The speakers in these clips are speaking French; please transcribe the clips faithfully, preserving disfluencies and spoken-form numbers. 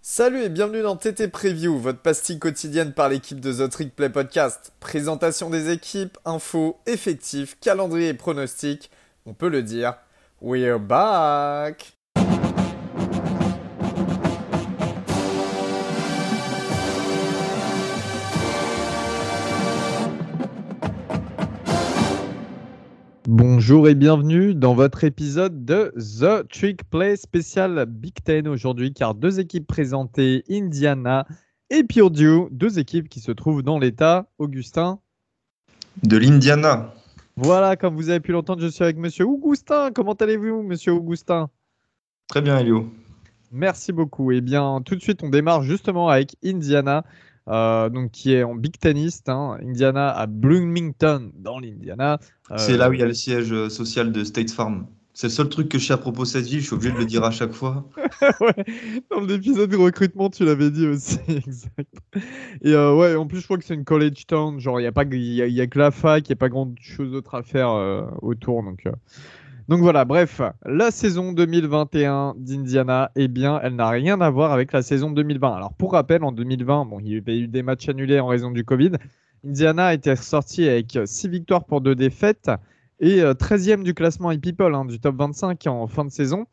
Salut et bienvenue dans T T Preview, votre pastille quotidienne par l'équipe de The Trick Play Podcast. Présentation des équipes, infos, effectifs, calendrier et pronostics. On peut le dire, we're back! Bonjour et bienvenue dans votre épisode de The Trick Play spécial Big Ten aujourd'hui, car deux équipes présentées, Indiana et Purdue, deux équipes qui se trouvent dans l'État. Augustin. De l'Indiana. Voilà, comme vous avez pu l'entendre, je suis avec Monsieur Augustin. Comment allez-vous, Monsieur Augustin? Très bien, Elio. Merci beaucoup. Eh bien, tout de suite, on démarre justement avec Indiana, euh, donc qui est en Big Teniste. Hein. Indiana à Bloomington, dans l'Indiana. Euh, C'est là où il y a le siège social de State Farm. C'est le seul truc que je sais à propos de cette ville, je suis obligé de le dire à chaque fois. Ouais, dans l'épisode de recrutement, tu l'avais dit aussi, exact. Et euh, ouais, en plus, je crois que c'est une college town. Genre, il n'y a, pas- il y a, il y a que la fac, il n'y a pas grand-chose d'autre à faire euh, autour. Donc, euh, donc voilà, bref, la saison deux mille vingt et un d'Indiana, eh bien, elle n'a rien à voir avec la saison deux mille vingt. Alors, pour rappel, en deux mille vingt, bon, il y avait eu des matchs annulés en raison du Covid. Indiana était sorti avec six victoires pour deux défaites et euh, treizième du classement iPeople, hein, du top vingt-cinq en fin de saison.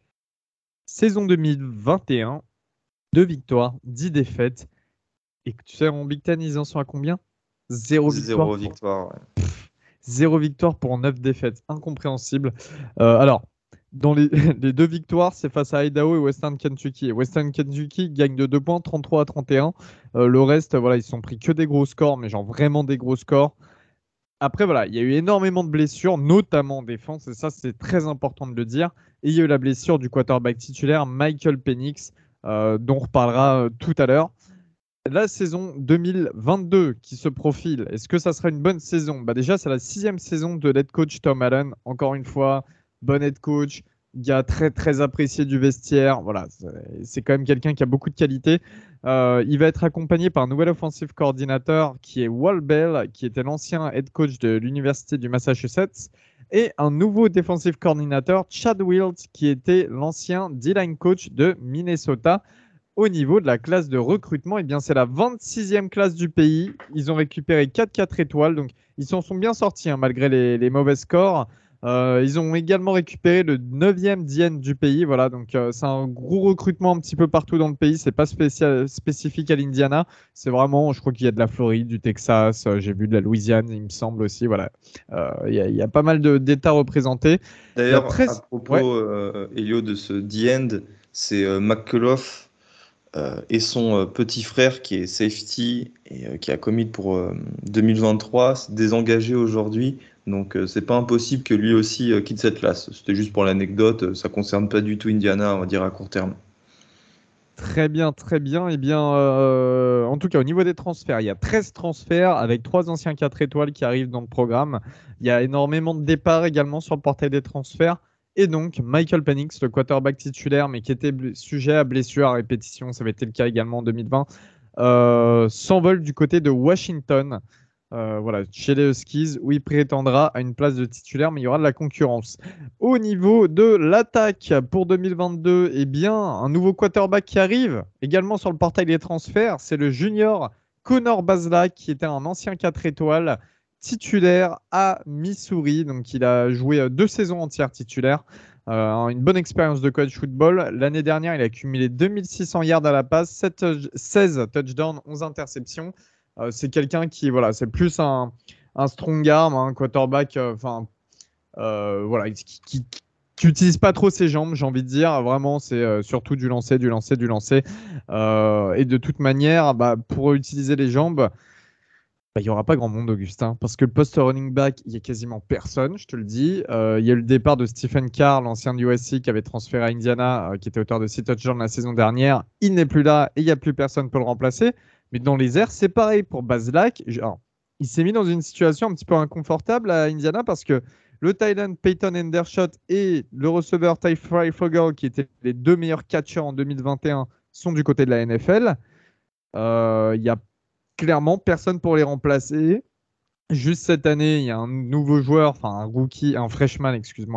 Saison deux mille vingt et un, deux victoires, dix défaites. Et tu sais, en Big Ten, ils en sont à combien? Zéro victoire. Zéro victoire, ouais. Zéro victoire pour neuf défaites. Incompréhensible. Euh, alors, dans les, les deux victoires, c'est face à Idaho et Western Kentucky. Et Western Kentucky gagne de deux points, trente-trois à trente et un. Euh, le reste, voilà, ils se sont pris que des gros scores, mais genre vraiment des gros scores. Après, voilà, il y a eu énormément de blessures, notamment en défense, et ça, c'est très important de le dire. Et il y a eu la blessure du quarterback titulaire, Michael Penix, euh, dont on reparlera euh, tout à l'heure. La saison deux mille vingt-deux qui se profile, est-ce que ça sera une bonne saison? Bah déjà, c'est la sixième saison de l'head coach Tom Allen. Encore une fois, bon head coach, gars très très apprécié du vestiaire. Voilà, c'est c'est quand même quelqu'un qui a beaucoup de qualité. Euh, il va être accompagné par un nouvel offensive coordinateur qui est Wal Bell, qui était l'ancien head coach de l'Université du Massachusetts, et un nouveau defensive coordinateur, Chad Wilt, qui était l'ancien D-line coach de Minnesota. Au niveau de la classe de recrutement, eh bien, c'est la vingt-sixième classe du pays. Ils ont récupéré quatre quatre étoiles, donc ils s'en sont bien sortis hein, malgré les, les mauvais scores. Euh, ils ont également récupéré le neuvième D N du pays. Voilà, donc euh, c'est un gros recrutement un petit peu partout dans le pays. C'est pas spécial, spécifique à l'Indiana. C'est vraiment, je crois qu'il y a de la Floride, du Texas. Euh, j'ai vu de la Louisiane, il me semble aussi. Voilà, Euh, il y, a- il y a pas mal de- d'États représentés. Il y a D'ailleurs, à treize. Ouais. propos, euh, Elio, de ce D-end, c'est euh, McCullough euh, et son euh, petit frère qui est safety et euh, qui a commit pour euh, deux mille vingt-trois, s'est désengagé aujourd'hui. Donc, euh, c'est pas impossible que lui aussi euh, quitte cette classe. C'était juste pour l'anecdote, euh, ça concerne pas du tout Indiana, on va dire à court terme. Très bien, très bien. Eh bien, euh, en tout cas, au niveau des transferts, il y a treize transferts avec trois anciens quatre étoiles qui arrivent dans le programme. Il y a énormément de départs également sur le portail des transferts. Et donc, Michael Penix, le quarterback titulaire, mais qui était bl- sujet à blessure à répétition, ça avait été le cas également en deux mille vingt, euh, s'envole du côté de Washington. Euh, voilà, chez les Huskies, où il prétendra à une place de titulaire, mais il y aura de la concurrence. Au niveau de l'attaque pour deux mille vingt-deux, eh bien, un nouveau quarterback qui arrive, également sur le portail des transferts, c'est le junior Connor Bazelak, qui était un ancien quatre étoiles titulaire à Missouri. Donc, il a joué euh, deux saisons entières titulaire. Euh, une bonne expérience de college football. L'année dernière, il a cumulé deux mille six cents yards à la passe, sept, seize touchdowns, onze interceptions. Euh, c'est quelqu'un qui, voilà, c'est plus un, un strong arm, un quarterback, enfin, euh, euh, voilà, qui, qui, qui utilise pas trop ses jambes, j'ai envie de dire. Vraiment, c'est euh, surtout du lancer, du lancer, du lancer. Euh, et de toute manière, bah, pour utiliser les jambes, bah, il n'y aura pas grand monde, Augustin, parce que le poste running back, il n'y a quasiment personne, je te le dis. Euh, il y a eu le départ de Stephen Carr, l'ancien de U S C, qui avait transféré à Indiana, euh, qui était auteur de six touchdowns la saison dernière. Il n'est plus là et il n'y a plus personne pour le remplacer. Mais dans les airs, c'est pareil pour Bazelak. Genre, il s'est mis dans une situation un petit peu inconfortable à Indiana parce que le Thailand Peyton Hendershot et le receveur Ty Fryfogle, qui étaient les deux meilleurs catcheurs en deux mille vingt et un, sont du côté de la N F L. Euh, Il y a clairement personne pour les remplacer. Juste cette année, il y a un nouveau joueur, enfin un rookie, un freshman, excuse-moi,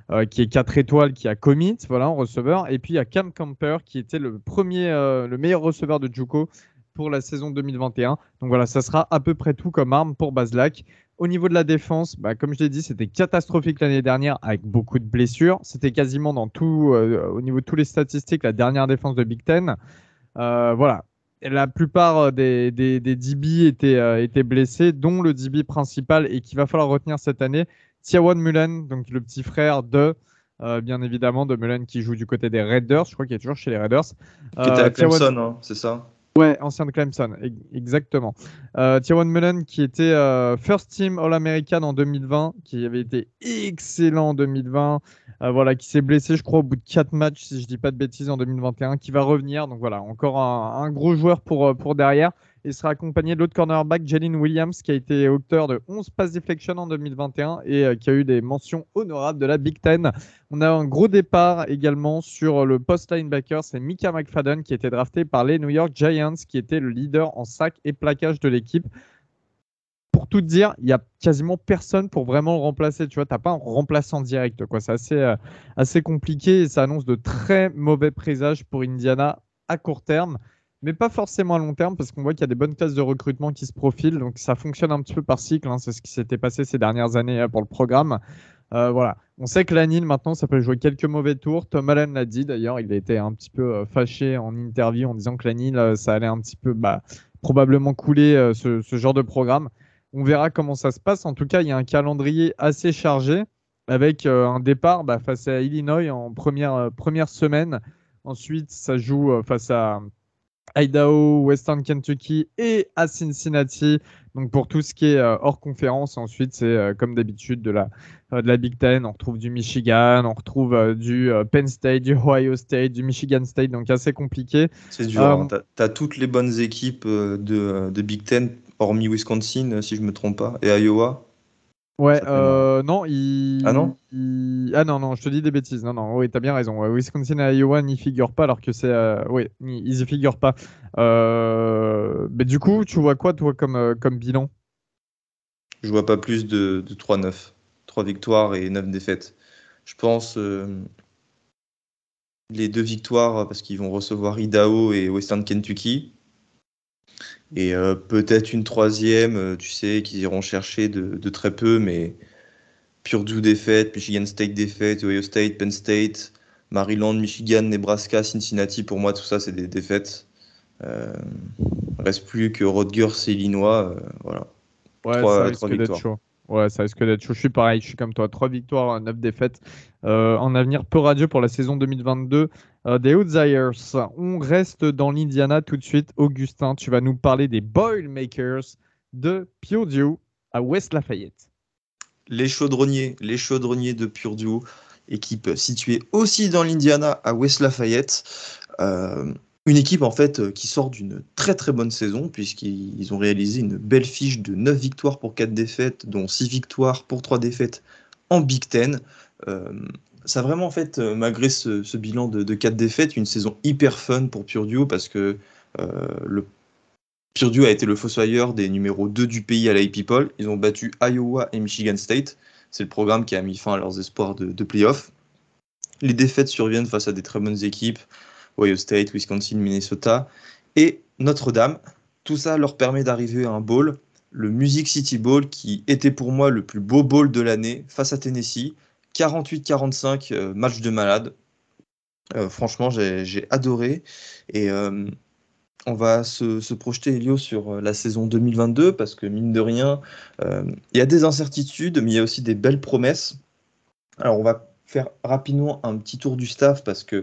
euh, qui est quatre étoiles, qui a commit, voilà, en receveur. Et puis il y a Cam Camper, qui était le premier, euh, le meilleur receveur de JUCO pour la saison deux mille vingt et un. Donc voilà, ça sera à peu près tout comme arme pour Bazelak. Au niveau de la défense, bah, comme je l'ai dit, c'était catastrophique l'année dernière avec beaucoup de blessures. C'était quasiment dans tout, euh, au niveau de toutes les statistiques, la dernière défense de Big Ten. Euh, voilà. Et la plupart euh, des, des, des D B étaient, euh, étaient blessés, dont le D B principal et qu'il va falloir retenir cette année, Tiawan Mullen, donc le petit frère de, euh, bien évidemment, de Mullen qui joue du côté des Raiders. Je crois qu'il est toujours chez les Raiders. Qui était Euh, à Tiawan, Clemson, hein, c'est ça? Ouais, ancien de Clemson, e- exactement. Euh, Tiawan Mullen, qui était euh, First Team All-American en deux mille vingt, qui avait été excellent en deux mille vingt, euh, voilà, qui s'est blessé, je crois, au bout de quatre matchs, si je dis pas de bêtises, en deux mille vingt et un, qui va revenir. Donc voilà, encore un, un gros joueur pour, euh, pour derrière. Il sera accompagné de l'autre cornerback, Jalen Williams, qui a été auteur de onze pass deflection en deux mille vingt et un et euh, qui a eu des mentions honorables de la Big Ten. On a un gros départ également sur le post linebacker, c'est Micah McFadden qui a été drafté par les New York Giants, qui était le leader en sac et plaquage de l'équipe. Pour tout te dire, il n'y a quasiment personne pour vraiment le remplacer. Tu vois, tu n'as pas un remplaçant direct, quoi. C'est assez, euh, assez compliqué et ça annonce de très mauvais présages pour Indiana à court terme, mais pas forcément à long terme parce qu'on voit qu'il y a des bonnes classes de recrutement qui se profilent. Donc ça fonctionne un petit peu par cycle, hein. C'est ce qui s'était passé ces dernières années euh, pour le programme. Euh, voilà. On sait que l'Anil, maintenant, ça peut jouer quelques mauvais tours. Tom Allen l'a dit d'ailleurs, il a été un petit peu euh, fâché en interview en disant que l'Anil, euh, ça allait un petit peu bah, probablement couler euh, ce, ce genre de programme. On verra comment ça se passe. En tout cas, il y a un calendrier assez chargé avec euh, un départ bah, face à Illinois en première, euh, première semaine. Ensuite, ça joue euh, face à Idaho, Western Kentucky et à Cincinnati. Donc pour tout ce qui est euh, hors conférence, ensuite c'est euh, comme d'habitude de la, euh, de la Big Ten. On retrouve du Michigan, on retrouve euh, du euh, Penn State, du Ohio State, du Michigan State, donc assez compliqué. C'est dur, hein. Euh, T'as, t'as toutes les bonnes équipes euh, de, de Big Ten, hormis Wisconsin, euh, si je me trompe pas, et Iowa. ouais, Ça fait mal. euh, non, Ah il, non? il- ah non, non, je te dis des bêtises. Non, non, oui, t'as bien raison. Ouais, Wisconsin et Iowa n'y figurent pas alors que c'est. Euh, oui, ils y figurent pas. Euh, Mais du coup, tu vois quoi, toi, comme, euh, comme bilan? Je vois pas plus de, de trois neuf. Trois victoires et neuf défaites. Je pense euh, les deux victoires parce qu'ils vont recevoir Idaho et Western Kentucky. Et euh, peut-être une troisième, euh, tu sais, qu'ils iront chercher de, de très peu, mais Purdue défaite, Michigan State défaite, Ohio State, Penn State, Maryland, Michigan, Nebraska, Cincinnati, pour moi, tout ça, c'est des défaites. Euh, reste plus que Rutgers et Illinois. Euh, voilà, Ouais, ça trois, trois risque d'être victoires. chaud. Ouais, ça risque d'être chaud. Je suis pareil, je suis comme toi. Trois victoires, neuf défaites. Euh, en avenir peu radieux pour la saison deux mille vingt-deux euh, des Outsiders. On reste dans l'Indiana tout de suite. Augustin, tu vas nous parler des Boilermakers de Purdue à West Lafayette. Les chaudronniers, les chaudronniers de Purdue, équipe située aussi dans l'Indiana à West Lafayette. Euh, une équipe en fait euh, qui sort d'une très très bonne saison puisqu'ils ont réalisé une belle fiche de neuf victoires pour quatre défaites, dont six victoires pour trois défaites en Big Ten. Euh, ça a vraiment en fait, euh, malgré ce, ce bilan de, de quatre défaites, une saison hyper fun pour Purdue parce que euh, le Purdue a été le fossoyeur des numéros deux du pays à la People. Ils ont battu Iowa et Michigan State. C'est le programme qui a mis fin à leurs espoirs de, de playoff. Les défaites surviennent face à des très bonnes équipes, Ohio State, Wisconsin, Minnesota et Notre-Dame. Tout ça leur permet d'arriver à un bowl, le Music City Bowl, qui était pour moi le plus beau bowl de l'année face à Tennessee. quarante-huit quarante-cinq, euh, match de malade. Euh, franchement, j'ai, j'ai adoré. Et euh, on va se, se projeter, Elio, sur euh, la saison deux mille vingt-deux, parce que mine de rien, euh, il y a des incertitudes, mais il y a aussi des belles promesses. Alors, on va faire rapidement un petit tour du staff, parce que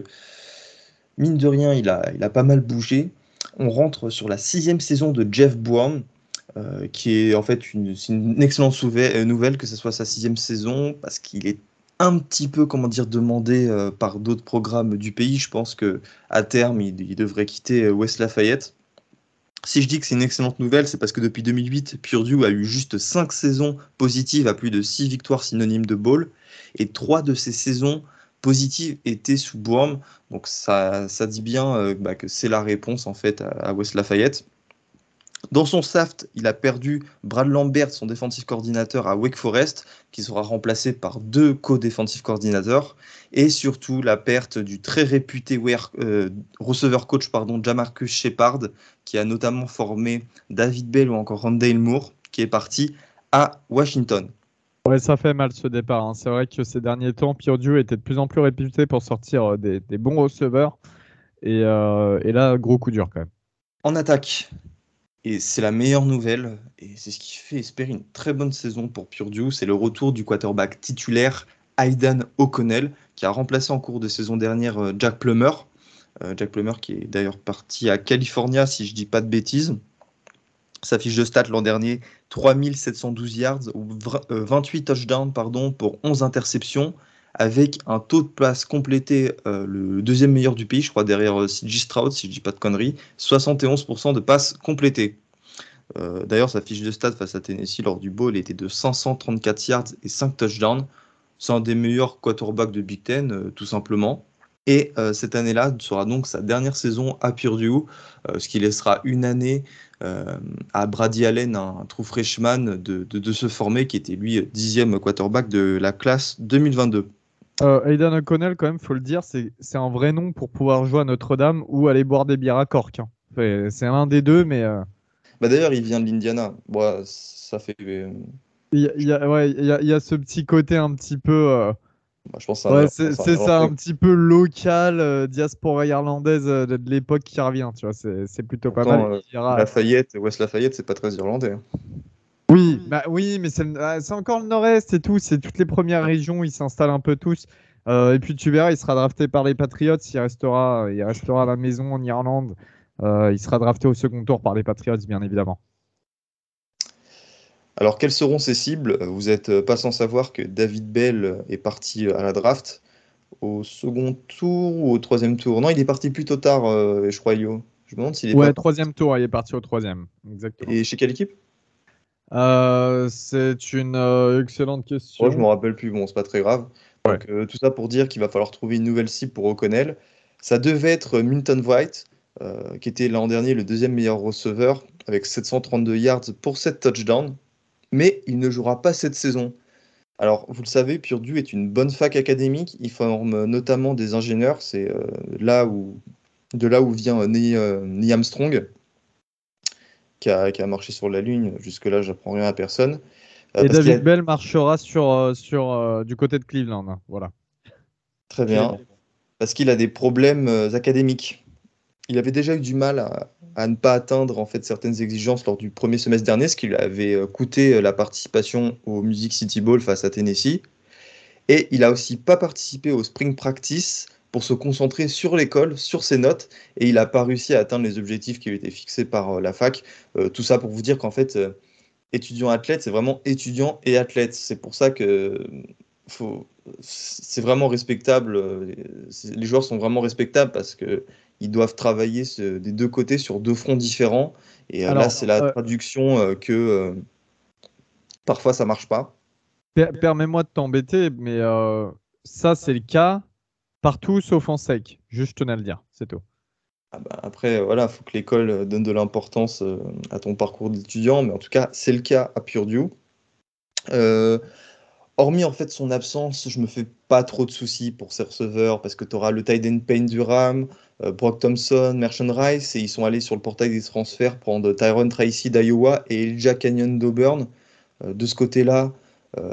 mine de rien, il a, il a pas mal bougé. On rentre sur la sixième saison de Jeff Brown, euh, qui est en fait une, c'est une excellente souve- euh, nouvelle que ce soit sa sixième saison, parce qu'il est un petit peu, comment dire, demandé euh, par d'autres programmes du pays. Je pense que à terme, il, il devrait quitter euh, West Lafayette. Si je dis que c'est une excellente nouvelle, c'est parce que depuis deux mille huit, Purdue a eu juste cinq saisons positives à plus de six victoires synonymes de bowl. Et trois de ces saisons positives étaient sous Bourne. Donc ça, ça dit bien euh, bah, que c'est la réponse en fait à, à West Lafayette. Dans son staff, il a perdu Brad Lambert, son défensif coordinateur à Wake Forest, qui sera remplacé par deux co-défensifs coordinateurs, et surtout la perte du très réputé euh, receveur coach pardon, Jamarcus Shepard, qui a notamment formé David Bell ou encore Rondale Moore, qui est parti à Washington. Ouais, ça fait mal ce départ. Hein. C'est vrai que ces derniers temps, Purdue était de plus en plus réputé pour sortir des, des bons receveurs. Et, euh, et là, gros coup dur quand même. En attaque, et c'est la meilleure nouvelle, et c'est ce qui fait espérer une très bonne saison pour Purdue, c'est le retour du quarterback titulaire Aidan O'Connell, qui a remplacé en cours de saison dernière Jack Plummer. Euh, Jack Plummer qui est d'ailleurs parti à California, si je ne dis pas de bêtises. Sa fiche de stats l'an dernier, trois mille sept cent douze yards, ou vingt-huit touchdowns pardon, pour onze interceptions, avec un taux de passe complété, euh, le deuxième meilleur du pays, je crois, derrière euh, C J Stroud, si je ne dis pas de conneries, soixante et onze pour cent de passes complétées. Euh, D'ailleurs, sa fiche de stats face à Tennessee lors du bowl était de cinq cent trente-quatre yards et cinq touchdowns. C'est un des meilleurs quarterbacks de Big Ten, euh, tout simplement. Et euh, cette année-là sera donc sa dernière saison à Purdue, euh, ce qui laissera une année euh, à Brady Allen, un, un true freshman, de, de, de se former, qui était lui dixième quarterback de la classe deux mille vingt-deux. Euh, Aidan O'Connell, quand même, faut le dire, c'est un vrai nom pour pouvoir jouer à Notre-Dame ou aller boire des bières à Cork. Hein. C'est l'un des deux, mais... Euh... Bah D'ailleurs, il vient de l'Indiana. Bon, ça fait... Euh, il y a, il y a, ouais, il y a, il y a ce petit côté un petit peu... Euh... Bah, je pense que Ouais, c'est c'est ça, un petit peu local, euh, diaspora irlandaise euh, de, de l'époque qui revient, tu vois, c'est plutôt Pourtant, pas mal. Euh, ira... Lafayette, West Lafayette, c'est pas très irlandais. Oui, bah oui, mais c'est encore le nord-est et tout, c'est toutes les premières régions, ils s'installent un peu tous. Euh, et puis tu verras, il sera drafté par les Patriots, il restera, il restera à la maison en Irlande. Euh, il sera drafté au second tour par les Patriots, bien évidemment. Alors, quelles seront ses cibles? Vous n'êtes pas sans savoir que David Bell est parti à la draft au second tour ou au troisième tour. Non, il est parti plutôt tard, euh, je crois, Elio. Je me demande s'il est ouais, pas troisième tour, il est parti au troisième, exactement. Et chez quelle équipe? euh, C'est une euh, excellente question. Moi, je me rappelle plus. Bon, c'est pas très grave. Ouais. Donc, euh, tout ça pour dire qu'il va falloir trouver une nouvelle cible pour O'Connell. Ça devait être Minton White, euh, qui était l'an dernier le deuxième meilleur receveur, avec sept cent trente-deux yards pour sept touchdowns. Mais il ne jouera pas cette saison. Alors, vous le savez, Purdue est une bonne fac académique. Il forme notamment des ingénieurs. C'est euh, là où, de là où vient euh, Neil, euh, Neil Armstrong, qui a, qui a marché sur la Lune. Jusque-là, j'apprends rien à personne. Euh, Et parce qu'il David a... Bell marchera sur, euh, sur euh, du côté de Cleveland. Hein, voilà. Très bien. Parce qu'il a des problèmes euh, académiques. Il avait déjà eu du mal à, à ne pas atteindre en fait certaines exigences lors du premier semestre dernier, ce qui lui avait euh, coûté euh, la participation au Music City Bowl face à Tennessee. Et il a aussi pas participé au Spring Practice pour se concentrer sur l'école, sur ses notes, et il n'a pas réussi à atteindre les objectifs qui lui étaient fixés par euh, la fac. Euh, tout ça pour vous dire qu'en fait, euh, étudiant athlète, c'est vraiment étudiant et athlète. C'est pour ça que faut, c'est vraiment respectable. euh, Les joueurs sont vraiment respectables parce que ils doivent travailler ce- des deux côtés sur deux fronts différents. Et euh, là, Alors, c'est la euh, traduction euh, que euh, parfois ça marche pas. per- permets-moi de t'embêter, mais euh, ça, c'est le cas partout sauf en sec. Juste, je tenais à le dire, c'est tout. Ah bah, après, euh, voilà, il faut que l'école euh, donne de l'importance euh, à ton parcours d'étudiant, mais en tout cas, c'est le cas à Purdue. Euh, Hormis en fait son absence, je me fais pas trop de soucis pour ses receveurs parce que tu auras le tight end Payne Durham, euh, Brock Thompson, Merchant Rice, et ils sont allés sur le portail des transferts prendre Tyron Tracy d'Iowa et Elijah Canyon d'Auburn. Euh, de ce côté-là, euh,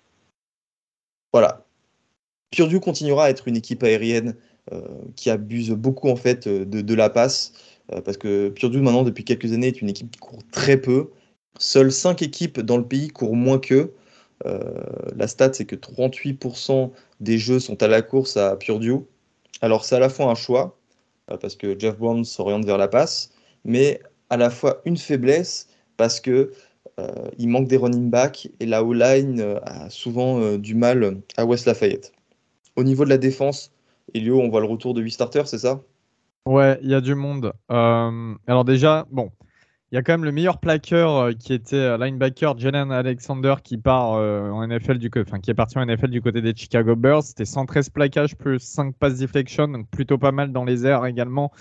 voilà. Purdue continuera à être une équipe aérienne euh, qui abuse beaucoup en fait euh, de, de la passe euh, parce que Purdue maintenant depuis quelques années est une équipe qui court très peu. Seules cinq équipes dans le pays courent moins qu'eux. Euh, la stat, c'est que trente-huit pour cent des jeux sont à la course à Purdue. Alors, c'est à la fois un choix, euh, parce que Jeff Brown s'oriente vers la passe, mais à la fois une faiblesse, parce que euh, il manque des running backs et la O-line euh, a souvent euh, du mal à West Lafayette. Au niveau de la défense, Elio, on voit le retour de huit starters, c'est ça? Ouais, il y a du monde. Euh, alors déjà, bon, il y a quand même le meilleur plaqueur euh, qui était euh, linebacker Jalen Alexander qui part euh, en N F L du côté, enfin qui est parti en N F L du côté des Chicago Bears. C'était cent treize plaquages plus cinq passes deflection, donc plutôt pas mal dans les airs également.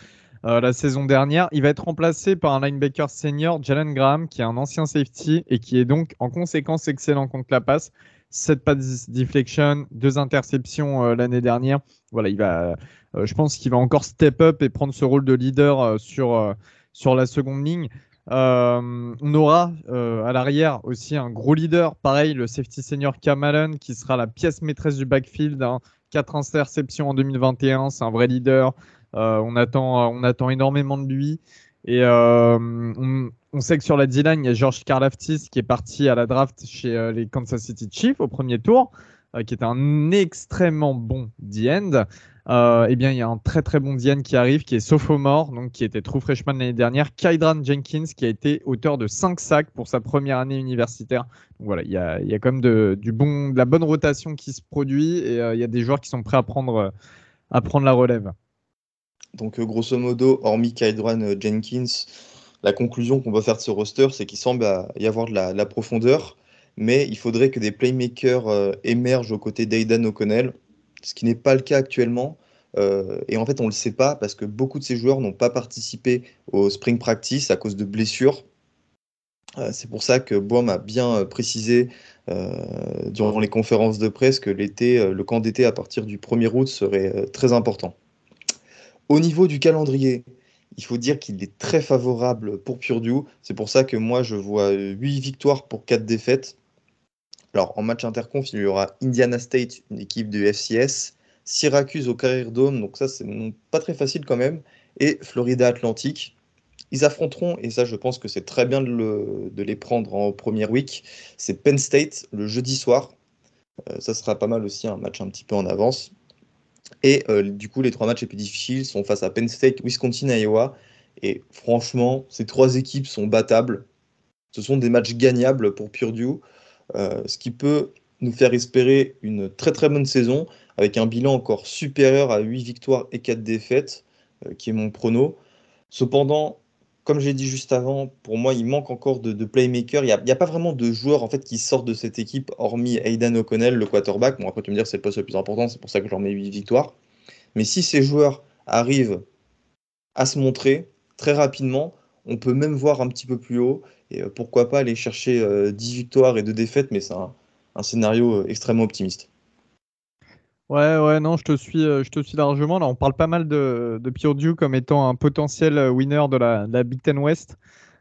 euh, la saison dernière. Il va être remplacé par un linebacker senior, Jalen Graham, qui est un ancien safety et qui est donc en conséquence excellent contre la passe. sept passes deflection, deux interceptions euh, l'année dernière. Voilà, il va, euh, je pense qu'il va encore step up et prendre ce rôle de leader euh, sur, euh, sur la seconde ligne. Euh, on aura euh, à l'arrière aussi un gros leader, pareil, le safety senior Cam Allen, qui sera la pièce maîtresse du backfield. Hein. Quatre interceptions en deux mille vingt et un, c'est un vrai leader. Euh, on, attend, on attend énormément de lui. Et euh, on, on sait que sur la D-line, il y a George Karlaftis qui est parti à la draft chez euh, les Kansas City Chiefs au premier tour, euh, qui est un extrêmement bon D-end. Euh, eh bien, il y a un très très bon D N qui arrive, qui est sophomore, donc qui était true freshman l'année dernière, Kydran Jenkins, qui a été auteur de cinq sacs pour sa première année universitaire. Donc voilà, il y a, il y a quand même de, du bon, de la bonne rotation qui se produit et euh, il y a des joueurs qui sont prêts à prendre, à prendre la relève. Donc, euh, grosso modo, hormis Kydran euh, Jenkins, la conclusion qu'on va faire de ce roster, c'est qu'il semble à- y avoir de la, de la profondeur, mais il faudrait que des playmakers euh, émergent aux côtés d'Aidan O'Connell, ce qui n'est pas le cas actuellement. Euh, et en fait, on ne le sait pas parce que beaucoup de ces joueurs n'ont pas participé au spring practice à cause de blessures. Euh, c'est pour ça que Bohm a bien euh, précisé euh, durant les conférences de presse que l'été, euh, le camp d'été à partir du premier août serait euh, très important. Au niveau du calendrier, il faut dire qu'il est très favorable pour Purdue. C'est pour ça que moi, je vois huit victoires pour quatre défaites. Alors, en match interconf, il y aura Indiana State, une équipe de F C S, Syracuse au Carrier Dome, donc ça, c'est pas très facile quand même, et Florida Atlantic. Ils affronteront, et ça, je pense que c'est très bien de, le- de les prendre en première week, c'est Penn State le jeudi soir. Euh, ça sera pas mal aussi, un match un petit peu en avance. Et euh, du coup, les trois matchs les plus difficiles sont face à Penn State, Wisconsin et Iowa. Et franchement, ces trois équipes sont battables. Ce sont des matchs gagnables pour Purdue, euh, ce qui peut nous faire espérer une très très bonne saison avec un bilan encore supérieur à huit victoires et quatre défaites, euh, qui est mon prono. Cependant, comme j'ai dit juste avant, pour moi, il manque encore de, de playmakers. Il n'y a, il y a pas vraiment de joueurs en fait, qui sortent de cette équipe, hormis Aidan O'Connell, le quarterback. Bon, après, tu me dire, c'est le poste le plus important, c'est pour ça que j'en mets huit victoires. Mais si ces joueurs arrivent à se montrer très rapidement, on peut même voir un petit peu plus haut. Et euh, pourquoi pas aller chercher euh, dix victoires et deux défaites, mais c'est un, un scénario euh, extrêmement optimiste. Ouais, ouais, non, je te suis, euh, je te suis largement. Là, on parle pas mal de, de Purdue comme étant un potentiel euh, winner de la, de la Big Ten West.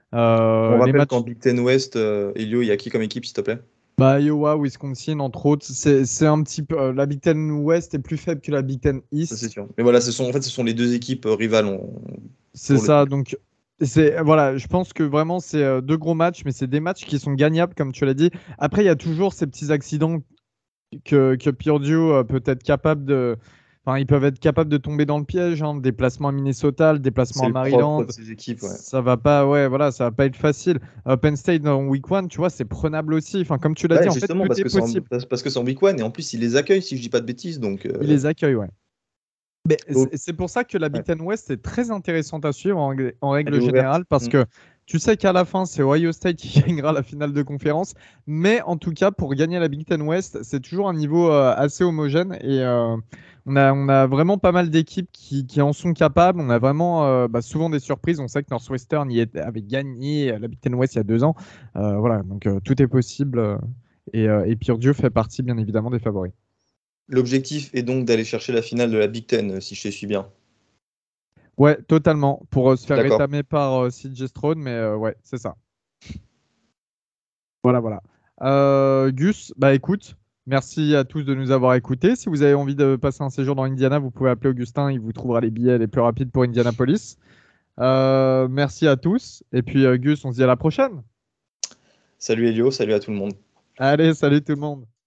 On Euh, les rappelle qu'en matchs, Big Ten West, euh, Elio, il y a qui comme équipe, s'il te plaît? bah, Iowa, Wisconsin, entre autres, c'est, c'est un petit peu. euh, la Big Ten West est plus faible que la Big Ten Ça, c'est East. sûr. Mais voilà, ce sont, en fait, ce sont les deux équipes euh, rivales on- C'est pour le ça. titre. Donc, c'est voilà, je pense que vraiment, c'est euh, deux gros matchs, mais c'est des matchs qui sont gagnables, comme tu l'as dit. Après, il y a toujours ces petits accidents que, que Purdue euh, peut être capable de. Enfin, ils peuvent être capables de tomber dans le piège. Hein, le déplacement à Minnesota, le déplacement C'est à le propre Maryland. de ces équipes, ouais. Ça va pas, ouais, voilà, ça va pas être facile. Euh, Penn State dans Week One, tu vois, c'est prenable aussi. Enfin, comme tu l'as dit, Ouais, en fait, justement, tout parce est que c'est en, possible. parce parce que c'est en week one, et en plus, ils les accueillent, si je dis pas de bêtises. Donc, Ils euh, les accueillent, ouais. Mais donc, c'est c'est pour ça que la Big ouais, Ten West est très intéressante à suivre en, règle en elle règle est ouverte. générale parce Mm. que tu sais qu'à la fin, c'est Ohio State qui gagnera la finale de conférence. Mais en tout cas, pour gagner la Big Ten West, c'est toujours un niveau euh, assez homogène et euh, on a, on a vraiment pas mal d'équipes qui, qui en sont capables. On a vraiment euh, bah, souvent des surprises. On sait que Northwestern y est- avait gagné la Big Ten West il y a deux ans. Euh, voilà, donc euh, tout est possible. euh, et, euh, et Purdue fait partie, bien évidemment, des favoris. L'objectif est donc d'aller chercher la finale de la Big Ten, euh, si je te suis bien. Ouais, totalement. Pour euh, se faire D'accord. rétamer par euh, C J Stroud, mais euh, ouais, c'est ça. Voilà, voilà. Euh, Gus, bah écoute, merci à tous de nous avoir écoutés. Si vous avez envie de passer un séjour dans Indiana, vous pouvez appeler Augustin, il vous trouvera les billets les plus rapides pour Indianapolis. Euh, merci à tous. Et puis euh, Gus, on se dit à la prochaine. Salut Elio, salut à tout le monde. Allez, salut tout le monde.